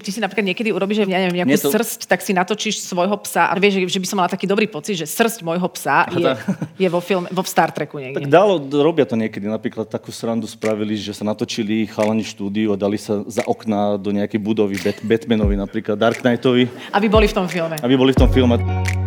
Ty si napríklad niekedy urobíš, že ja neviem, nejakú srsť, tak si natočíš svojho psa a vieš, že by som mala taký dobrý pocit, že srsť môjho psa je vo filme, vo Star Treku niekde. Tak robia to niekedy. Napríklad takú srandu spravili, že sa natočili chalani štúdiu a dali sa za okná do nejakej budovy Batmanovi, napríklad Dark Knightovi. Aby boli v tom filme. Aby boli v tom filme.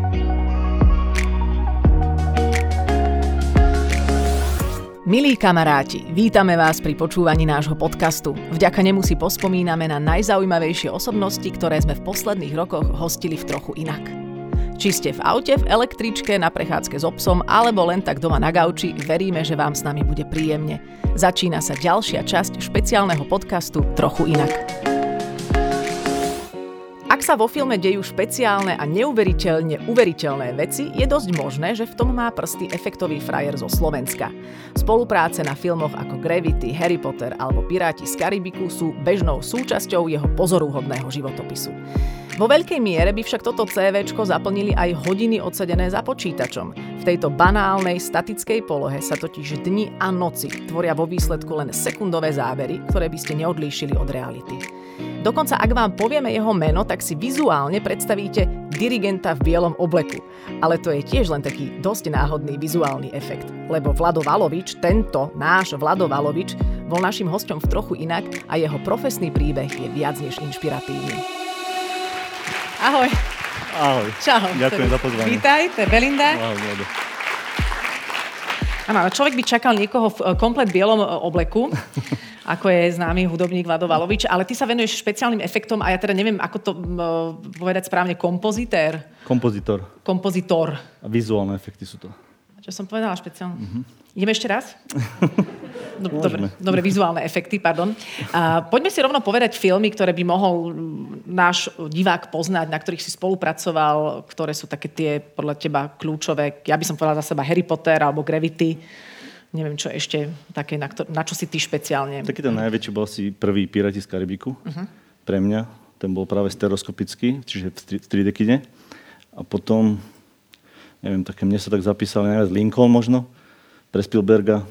Milí kamaráti, vítame vás pri počúvaní nášho podcastu. Vďaka nemu si pospomíname na najzaujímavejšie osobnosti, ktoré sme v posledných rokoch hostili v Trochu inak. Či ste v aute, v električke, na prechádzke s obsom, alebo len tak doma na gauči, veríme, že vám s nami bude príjemne. Začína sa ďalšia časť špeciálneho podcastu Trochu inak. Ak sa vo filme dejú špeciálne a neuveriteľne uveriteľné veci, je dosť možné, že v tom má prsty efektový frajer zo Slovenska. Spolupráce na filmoch ako Gravity, Harry Potter alebo Piráti z Karibiku sú bežnou súčasťou jeho pozoruhodného životopisu. Vo veľkej miere by však toto CVčko zaplnili aj hodiny odsedené za počítačom. V tejto banálnej, statickej polohe sa totiž dni a noci tvoria vo výsledku len sekundové zábery, ktoré by ste neodlíšili od reality. Dokonca ak vám povieme jeho meno, tak si vizuálne predstavíte dirigenta v bielom obleku. Ale to je tiež len taký dosť náhodný vizuálny efekt. Lebo Vlado Valovič, tento náš Vlado Valovič, bol našim hosťom v Trochu inak a jeho profesný príbeh je viac než inšpiratívny. Ahoj. Ahoj. Čau. Ďakujem za pozvanie. Vítaj, to je Belinda. Ahoj, Vlado. Áno, človek by čakal niekoho v komplet bielom obleku, ako je známy hudobník Vlado Valovič, ale ty sa venuješ špeciálnym efektom a ja teda neviem, ako to povedať správne, Kompozitor. A vizuálne efekty sú to. Čo som povedala špeciálne? Ideme ešte raz? Dobre, vizuálne efekty, pardon. Poďme si rovno povedať filmy, ktoré by mohol náš divák poznať, na ktorých si spolupracoval, ktoré sú také tie podľa teba kľúčové. Ja by som povedala za seba Harry Potter alebo Gravity. Neviem, čo ešte také, na čo si ty špeciálne. Taký ten najväčší bol si prvý Piráti z Karibiku. Pre mňa. Ten bol práve stereoskopický, čiže v 3D kine. A potom, neviem, také mne sa tak zapísali najviac Lincoln možno, pre Spielberga.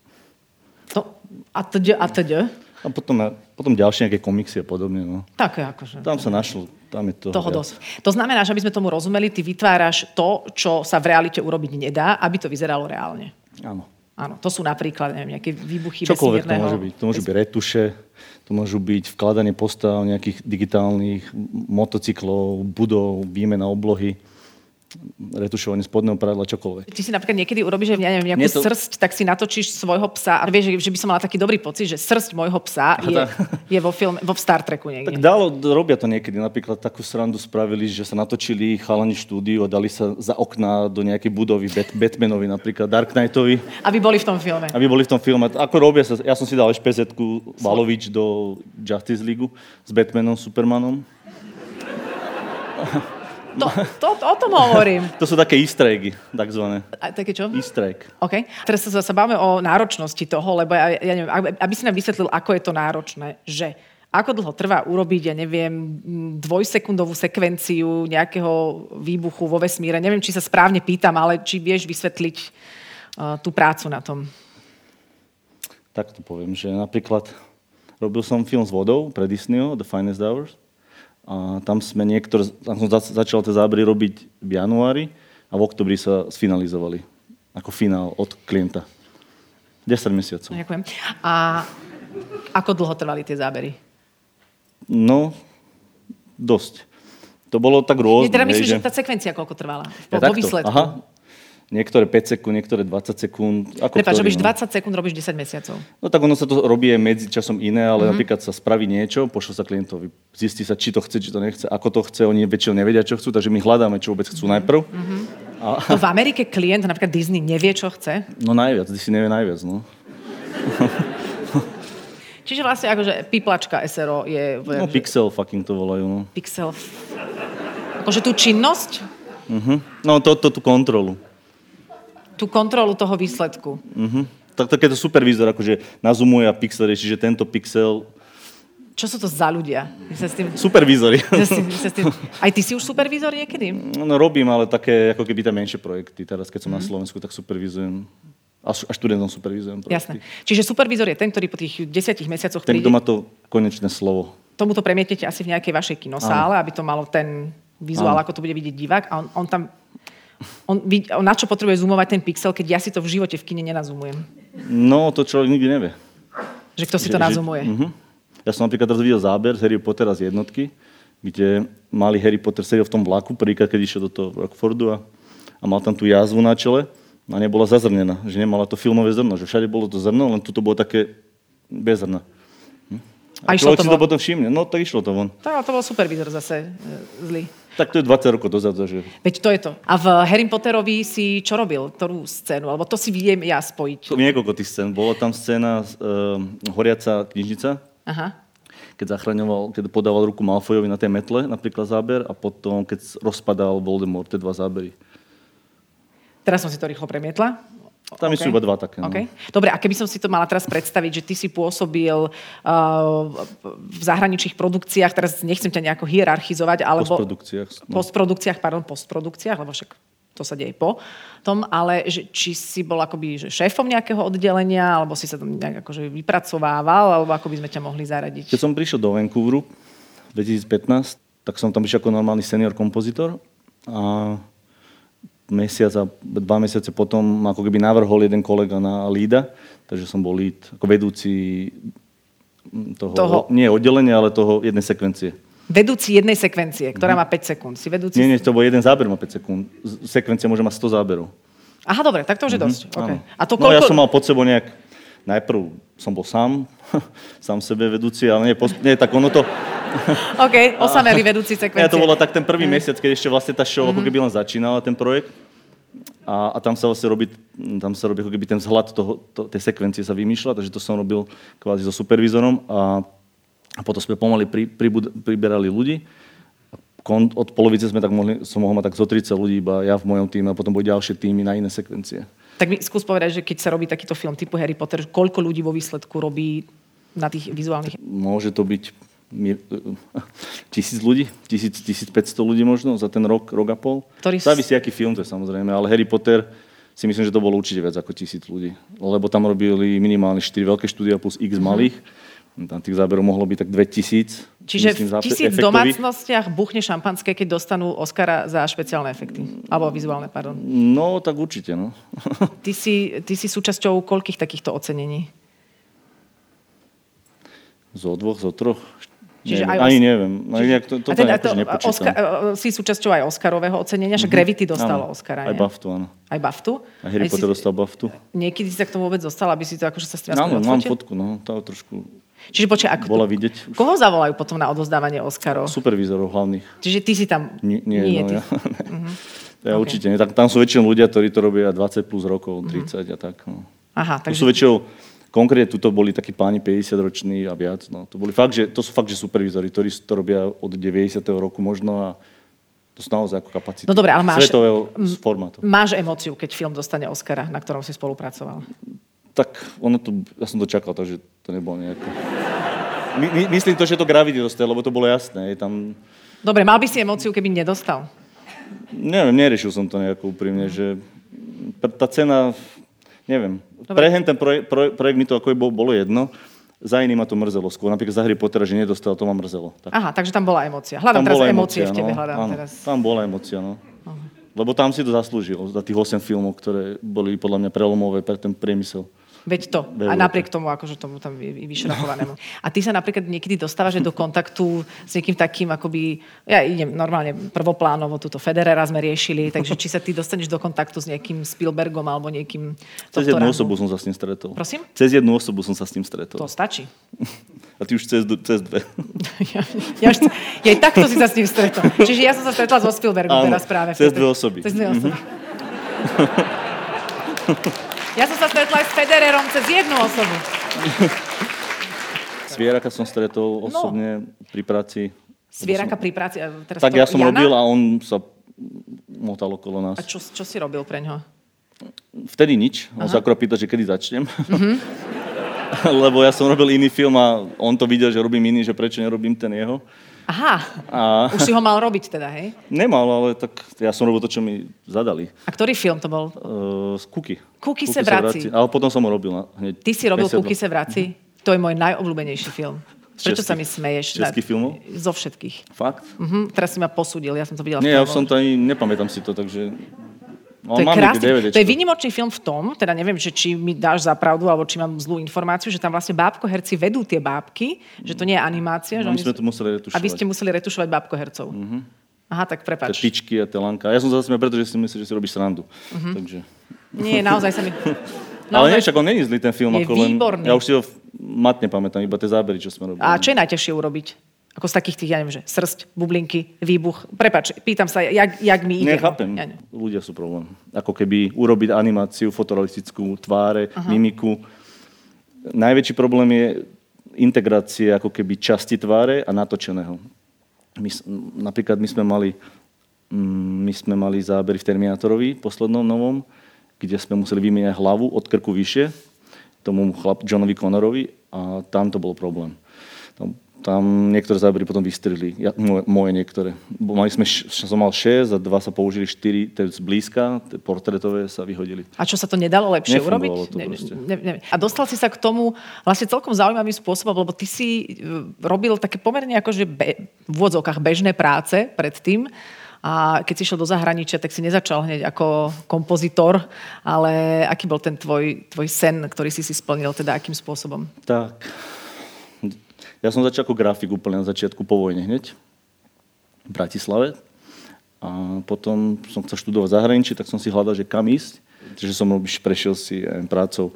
A teď? A potom ďalšie nejaké komiksy a podobne. No. Také akože. Tam sa našlo, tam je toho dosť. To znamená, že aby sme tomu rozumeli, ty vytváraš to, čo sa v realite urobiť nedá, aby to vyzeralo reálne. Áno, to sú napríklad neviem, nejaké výbuchy čokoľvek vesmírneho. To môže byť. To môžu byť retuše, to môžu byť vkladanie postav nejakých digitálnych motocyklov, budov, výmena oblohy, retušovanie spodného prádla, čokoľvek. Ty si napríklad niekedy urobíš, že ja neviem, nejakú srsť, tak si natočíš svojho psa a vieš, že by som mala taký dobrý pocit, že srsť môjho psa je vo filme, vo Star Treku niekde. Tak robia to niekedy. Napríklad takú srandu spravili, že sa natočili chalani štúdiu a dali sa za okná do nejakej budovy Batmanovi, napríklad Dark Knightovi. Aby boli v tom filme. Ako robia sa, ja som si dal špezetku Valovič do Justice League s Batmanom, Supermanom. O tom hovorím. To sú také easter eggy, takzvané. Také čo? Easter egg. OK. Teraz sa bavíme o náročnosti toho, lebo ja neviem, aby si nám vysvetlil, ako je to náročné, že ako dlho trvá urobiť, ja neviem, 2-sekundovú sekvenciu nejakého výbuchu vo vesmíre. Neviem, či sa správne pýtam, ale či vieš vysvetliť tú prácu na tom. Tak to poviem, že napríklad robil som film s vodou pre Disneyho, The Finest Hours. A tam som začal tie zábery robiť v januári a v októbri sa sfinalizovali ako finál od klienta. 10 mesiacov. Ďakujem. A ako dlho trvali tie zábery? No, dosť. To bolo tak rôzne. Teda myslím, že tá sekvencia koľko trvala? Po výsledku. Aha. Niektoré 5 sekúnd, niektoré 20 sekúnd. Prepáč, robíš 20 sekúnd, robíš 10 mesiacov. No tak ono sa to robí aj medzi časom iné, ale napríklad sa spraví niečo, pošlo sa klientovi. Zistí sa, či to chce, či to nechce, ako to chce. Oni väčšinou nevedia, čo chcú, takže my hľadáme, čo vôbec chcú najprv. To v Amerike klient, napríklad Disney, nevie, čo chce? No najviac, Disney nevie najviac, no. Čiže vlastne akože piplačka SRO je... No pixel fucking to volajú, no. Pixel... Akože tú činnosť? No tú kontrolu. Tú kontrolu toho výsledku. Takéto supervízor, akože nazumuje a pixel rieši, že tento pixel... Čo sú to za ľudia? Supervízori. Aj ty si už supervízor niekedy? No robím, ale také ako keby tam menšie projekty. Teraz, keď som na Slovensku, tak supervizujem. A študentom supervizujem projekty. Jasné. Čiže supervízor je ten, ktorý po tých 10 mesiacoch ten, kto má to konečné slovo. tomuto premietnete asi v nejakej vašej kinosále, aby to malo ten vizuál, ako to bude vidieť divák. A on na čo potrebuje zoomovať ten pixel, keď ja si to v živote v kine nenazoomujem? No, to človek nikdy nevie. Že kto si to nazumuje. Ja som napríklad teraz videl záber z Harry Pottera z jednotky, kde malý Harry Potter sedel v tom vlaku, prvýkrát, keď išiel do toho Rockfordu a mal tam tú jazvu na čele a nebola zazrnená, že nemala to filmové zrno, že všade bolo to zrno, len tu to bolo také bez zrna. A človek si to potom všimne. No, tak išlo to von. To bol super výzor zase zlý. Tak to je 20 rokov dozadu. Že... Veď to je to. A v Harry Potterovi si čo robil? Ktorú scénu? Alebo to si viem ja spojiť. Niekoľko tých scén. Bola tam scéna horiaca knižnica. Aha. Keď podával ruku Malfoyovi na tej metle, napríklad záber, a potom, keď rozpadal Voldemort, tie 2 zábery. Teraz som si to rýchlo premietla. Tam sú iba 2 také. No. Okay. Dobre, a keby som si to mala teraz predstaviť, že ty si pôsobil v zahraničných produkciách, teraz nechcem ťa nejako hierarchizovať, alebo... Postprodukciách, lebo však to sa deje po tom, ale či si bol akoby šéfom nejakého oddelenia, alebo si sa tam nejak akože vypracovával, alebo ako by sme ťa mohli zaradiť? Keď som prišiel do Vancouveru v 2015, tak som tam prišiel ako normálny senior kompozitor a mesiac a 2 mesiace potom ma ako keby navrhol jeden kolega na lída, takže som bol líd ako vedúci toho nie oddelenia, ale toho jednej sekvencie. Vedúci jednej sekvencie, ktorá má 5 sekúnd. Si vedúci... Nie, to bol jeden záber má 5 sekúnd. Sekvencia môže mať 100 záberov. Aha, dobre, tak to už je dosť. Okay. A to koľko... No ja som mal pod sebou najprv som bol sám sebe vedúci, ale nie tak ono to... OK, osamelý vedúci sekvencie. Ja to bolo tak ten prvý mesiac, keď ešte vlastne tá show ako keby len začínala, ten projekt. A tam sa vlastne robí ako keby ten vzhľad tej sekvencie sa vymýšľa, takže to som robil kvázi so supervízorom a potom sme pomaly priberali ľudí. Od polovice som mohol mať tak zo 30 ľudí, iba ja v mojom týme a potom boli ďalšie týmy na iné sekvencie. Tak mi skús povedať, že keď sa robí takýto film typu Harry Potter, koľko ľudí vo výsledku robí na tých vizuálnych... Môže to byť 1000 ľudí, 1500 ľudí možno za ten rok a pol. Závisí, aký film to je samozrejme, ale Harry Potter si myslím, že to bolo určite viac ako 1000 ľudí. Lebo tam robili minimálne 4 veľké štúdia plus x malých. Tam tých záberov mohlo byť tak 2000. Čiže v 1000 domácnostiach buchne šampanské, keď dostanú Oscara za špeciálne efekty. Alebo vizuálne, pardon. No, tak určite, no. Ty si súčasťou koľkých takýchto ocenení? Zo 2, zo 3. Čiže neviem. Nepočítam. Si súčasťou aj Oscarového ocenenia, že Gravity dostalo Oscara. Aj BAFTU, áno. Aj BAFTU? A Harry Potter dostal BAFTU. Niekedy si sa k tomu vôbec dostal, aby si to akože sa striaskom odfotil? Áno, mám fotku, no. To trošku Čiže počkaj, bola vidieť. Koho zavolajú potom na odozdávanie Oscarov? Supervízorov hlavných. Čiže ty si tam... Nie, ja. Ja určite nie. Tam sú väčšinou ľudia, ktorí to robia 20 plus rokov, 30 a tak. No. Aha, takže... To sú väčšinou... Konkrétne tuto boli takí páni 50-roční a viac. No. To sú fakt, že supervízori, ktorí to robia od 90. roku možno a to sú naozaj ako kapacity. No dobre, ale svetového formátu. Máš emóciu, keď film dostane Oscara, na ktorom si spolupracoval? Tak ja som to čakal, takže to nebolo nejako... Myslím to, že to Gravity dostal, lebo to bolo jasné. Dobre, mal by si emóciu, keby nedostal? Neviem, neriešil som to nejako úprimne, že tá cena... Neviem. Pre ten projekt mi to ako bolo jedno. Za iný ma to mrzelo skôr. Napríklad za Harry Pottera, že nedostal, to ma mrzelo. Tak. Aha, takže tam bola emócia. Hľadám teraz emócie v tebe. Tam bola emócia, no. Lebo tam si to zaslúžil za tých 8 filmov, ktoré boli podľa mňa prelomové pre ten priemysel. Veď to. A napriek tomu, akože tomu tam vyšrachovanému. A ty sa napríklad niekedy dostávaš do kontaktu s niekým takým, akoby... Ja idem normálne prvoplánovo, túto Federera sme riešili, takže či sa ty dostaneš do kontaktu s nejakým Spielbergom alebo niekým... Cez jednu osobu som sa s ním stretol. Prosím? Cez jednu osobu som sa s ním stretol. To stačí. A ty už cez dve. Ja takto si sa s ním stretol. Čiže ja som sa stretla so Spielbergom teraz práve. Cez dve osoby. Cez dve osoby. Ja som sa stretla aj s Federerom cez jednu osobu. Svieraka som stretol osobne pri práci. Svieraka pri práci? Teraz tak ja som robil a on sa motal okolo nás. A čo si robil pre ňoho? Vtedy nič. On sa akorát pýta, že kedy začnem. Lebo ja som robil iný film a on to videl, že robím iný, že prečo nerobím ten jeho. Aha, už si ho mal robiť teda, hej? Nemal, ale tak ja som robil to, čo mi zadali. A ktorý film to bol? Kuky se vrací. Ale potom som ho robil hneď. Ty si robil Kuky se vrací? To je môj najobľúbenejší film. Prečo sa mi smeješ? Českých filmov? Zo všetkých. Fakt? Teraz si ma posúdil, ja som to videla. Nie, ja som to ani, nepamätám si to, takže... To je krásny, to je výnimočný film v tom, teda neviem, že či mi dáš za pravdu, alebo či mám zlú informáciu, že tam vlastne bábkoherci vedú tie bábky, že to nie je animácia. No, my sme to museli retušovať. A vy ste museli retušovať bábkohercov. Aha, tak prepáč. Tie tyčky a tie lanka. Ja som zase pretože si myslel, že si robíš srandu. Takže... Nie, naozaj sa mi... Ale nie, však on není zlý ten film. Je výborný. Ja už si ho matne pamätám, iba tie zábery, čo sme robili. A čo je najťažšie urobiť? Ako z takých tých, ja neviem, že srsť, bublinky, výbuch. Prepáč, pýtam sa, jak mi ide. Nechápem, ľudia sú problém. Ako keby urobiť animáciu, fotorealistickú, tváre, mimiku. Najväčší problém je integrácia ako keby časti tváre a natočeného. Napríklad my sme mali zábery v Terminátorovi, poslednom novom, kde sme museli vymieňať hlavu od krku vyššie, tomu Johnovi Connorovi, a tam to bol problém. Tam niektoré zábery potom vystrihli, moje niektoré. Som mal 6 a 2 sa použili, 4 zblízka, portrétové sa vyhodili. A čo sa to nedalo lepšie urobiť? To proste. A dostal si sa k tomu vlastne celkom zaujímavým spôsobom, lebo ty si robil také pomerne akože v úvodzovkách bežné práce predtým. A keď si išiel do zahraničia, tak si nezačal hneď ako kompozitor, ale aký bol ten tvoj sen, ktorý si splnil, teda akým spôsobom? Tak... Ja som začal ako grafik úplne na začiatku po vojne hneď v Bratislave a potom som chcel študovať v zahraničí, tak som si hľadal, že kam ísť. Takže som prešiel si prácou.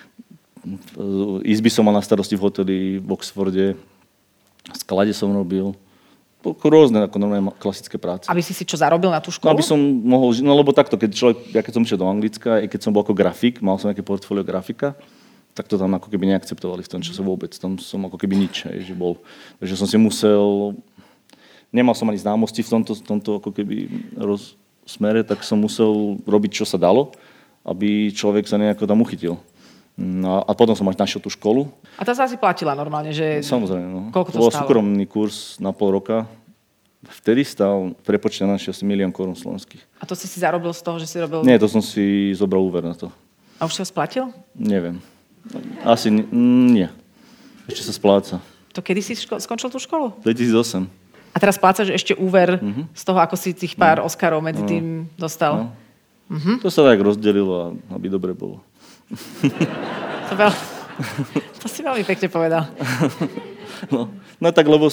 Izby som mal na starosti v hoteli v Oxforde, v sklade som robil. Rôzne ako normálne klasické práce. Aby si čo zarobil na tú školu? Aby som mohol, no lebo takto, keď som išiel do Anglicka, aj keď som bol ako grafik, mal som nejaké portfólio grafika, tak to tam ako keby neakceptovali v tom čase vôbec. Tam som ako keby nič, že bol. Takže som si musel, nemal som ani známosti v tomto ako keby smere, tak som musel robiť, čo sa dalo, aby človek sa nejako tam uchytil. No a potom som až našiel tú školu. A tá sa asi platila normálne, že... Samozrejme, no. Koľko to bol stálo? súkromný kurz na pol roka. Vtedy stál prepočítané asi 1 000 000 korún slovenských. A to si zarobil z toho, že si robil... Nie, to som si zobral úver na to. A už si ho splatil? Neviem. Asi nie. Ešte sa spláca. To kedy si skončil tú školu? 2008. A teraz splácaš ešte úver z toho, ako si tých pár Oscarov medzi tým dostal? To sa tak rozdelilo, aby dobre bolo. To si veľmi pekne povedal. No tak, lebo...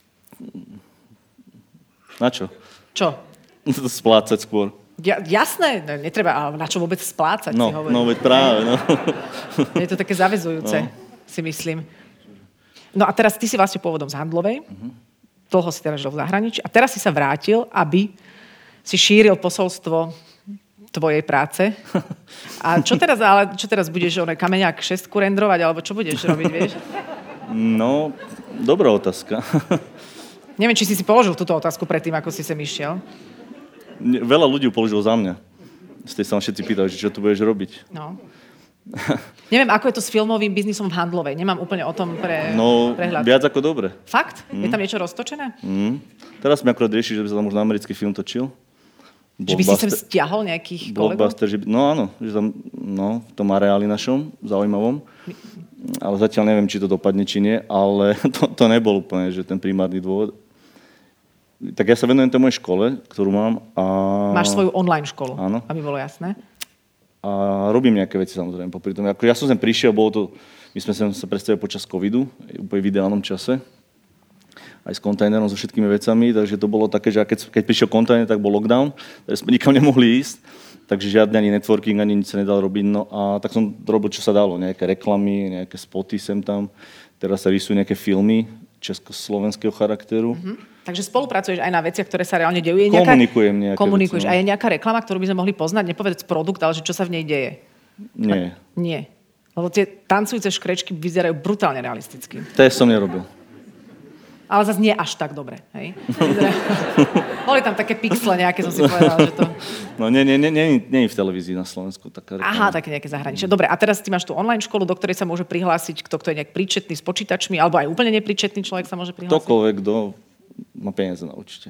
Na čo? Čo? Splácať skôr. Jasné, netreba, ale na čo vôbec splácať, si hovorím. No, veď práve, no. Je to také zaväzujúce, si myslím. No a teraz ty si vlastne pôvodom z Handlovej, dlho si teraz žil v zahraničí a teraz si sa vrátil, aby si šíril posolstvo tvojej práce. A čo teraz budeš kameňák 6 rendrovať, alebo čo budeš robiť, vieš? No, dobrá otázka. Neviem, či si položil túto otázku predtým, ako si sem išiel. Veľa ľudí položilo za mňa. Z tej sa všetci pýtali, čo tu budeš robiť. No. Neviem, ako je to s filmovým biznisom v Handlovej. Nemám úplne o tom prehľad. Viac ako dobre. Fakt? Je tam niečo roztočené? Teraz sme akorát riešili, že by sa tam možno americký film točil. Že by si sem stiahol nejakých kolegov? No áno, že tam, v tom areáli našom, zaujímavom. Ale zatiaľ neviem, či to dopadne, či nie, ale to nebol úplne, že ten primárny dôvod. Tak ja sa venujem tej mojej škole, ktorú mám. Máš svoju online školu, áno. Aby bolo jasné. A robím nejaké veci samozrejme popri tom. Ja som sem prišiel, my sme sem sa predstavili počas covidu, úplne v ideálnom čase. Aj s kontajnerom, so všetkými vecami, takže to bolo také, že keď prišiel kontajner, tak bol lockdown, takže sme nikam nemohli ísť, takže žiadny ani networking, ani nič sa nedal robiť. No a tak som robil, čo sa dalo, nejaké reklamy, nejaké spoty sem tam. Teraz sa rysujú nejaké filmy československého charakteru. Takže spolupracuješ aj na veciach, ktoré sa reálne dejú. Komunikujem nejaké Komunikuješ. veci. No. A je nejaká reklama, ktorú by sme mohli poznať? Nepovedz produkt, ale že čo sa v nej deje? Nie. Lebo tie tancujúce škrečky vyzerajú brutálne realisticky. To som nerobil. Ale zase nie až tak dobre, hej? Boli tam také pixle nejaké, som si povedal, že to... No nie v televízii na Slovensku taká reklama. Aha, také nejaké zahraničie. Dobre, a teraz ty máš tú online školu, do ktorej sa môže prihlásiť kto je nejak príčetný s počítačmi, alebo aj úplne nepríčetný človek sa môže prihlásiť? Ktokoľvek, kto má peniaze na určite.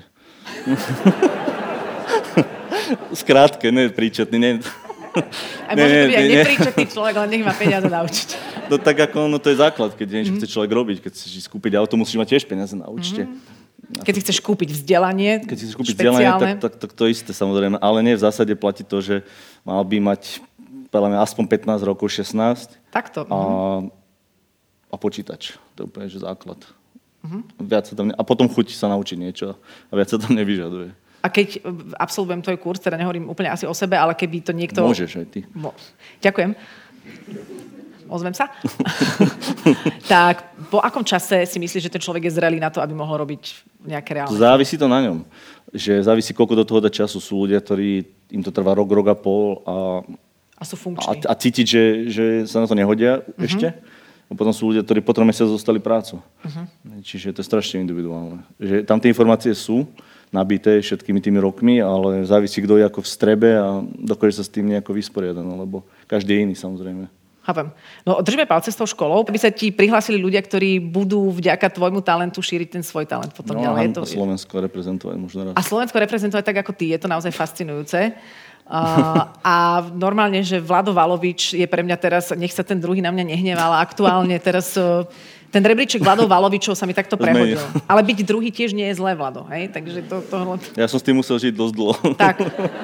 Skrátke, nepríčetný, Aj môže to byť aj nepríčetný človek, ale nech má peniaze na určite. No tak ako to je základ, keď niečo chce človek robiť, keď chceš kúpiť auto, musíš mať tiež peniaze na účte. Keď si chceš kúpiť vzdelanie, keď si chceš kúpiť vzdelanie, tak to isté samozrejme, ale nie v zásade platí to, že mal by mať podľa mňa aspoň 15 rokov, 16 takto. A počítač. To je úplne že základ. Viac sa tam a potom chuť sa naučiť niečo a viac sa tam nevyžaduje. A keď absolvujem tvoj kurz, teda nehovorím úplne asi o sebe, ale keby to niekto... Môžeš aj ty. Ďakujem. Ozvem sa? Tak po akom čase si myslíš, že ten človek je zrelý na to, aby mohol robiť nejaké reálne? Závisí to na ňom. Že závisí, koľko do toho dá času. Sú ľudia, ktorí im to trvá rok a pol a sú funkční. A cítiť, že sa na to nehodia ešte. A potom sú ľudia, ktorí po 3 mesiacoch dostali prácu. Čiže to je strašne individuálne. Že tam tie informácie sú nabité všetkými tými rokmi, ale závisí, kto je ako v strebe a dokáže sa s tým nejako vysporiadať, lebo každý je iný samozrejme. Chápem. No držíme palce s tou školou, aby sa ti prihlásili ľudia, ktorí budú vďaka tvojmu talentu šíriť ten svoj talent potom ďalej. A Slovensko reprezentovať možno raz. A Slovensko reprezentovať tak ako ty, je to naozaj fascinujúce. A normálne, že Vlado Valovič je pre mňa teraz, nech sa ten druhý na mňa nehneval, aktuálne teraz ten rebríček Vladov Valovičov sa mi takto prehodil. Ale byť druhý tiež nie je zlé, Vlado. Hej? Takže tohle... Ja som s tým musel žiť dosť dlho. Tak,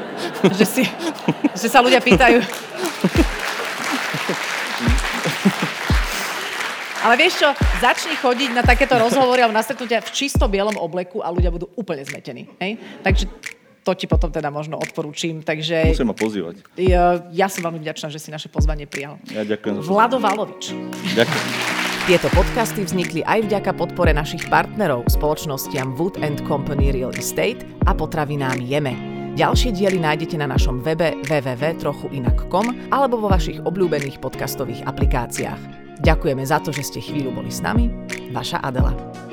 že sa ľudia pýtajú... Ale vieš čo, začni chodiť na takéto rozhovory alebo na stretnutia v čisto bielom obleku a ľudia budú úplne zmetení. Hej? Takže to ti potom teda možno odporúčim. Takže musím ma pozývať. Ja som veľmi vďačná, že si naše pozvanie prijal. Ja ďakujem. Vlado Valovič. Ďakujem. Tieto podcasty vznikli aj vďaka podpore našich partnerov, spoločnostiam Wood & Company Real Estate a potravinám Jeme. Ďalšie diely nájdete na našom webe www.trochuinak.com alebo vo vašich obľúbených podcastových aplikáciách. Ďakujeme za to, že ste chvíľu boli s nami. Vaša Adela.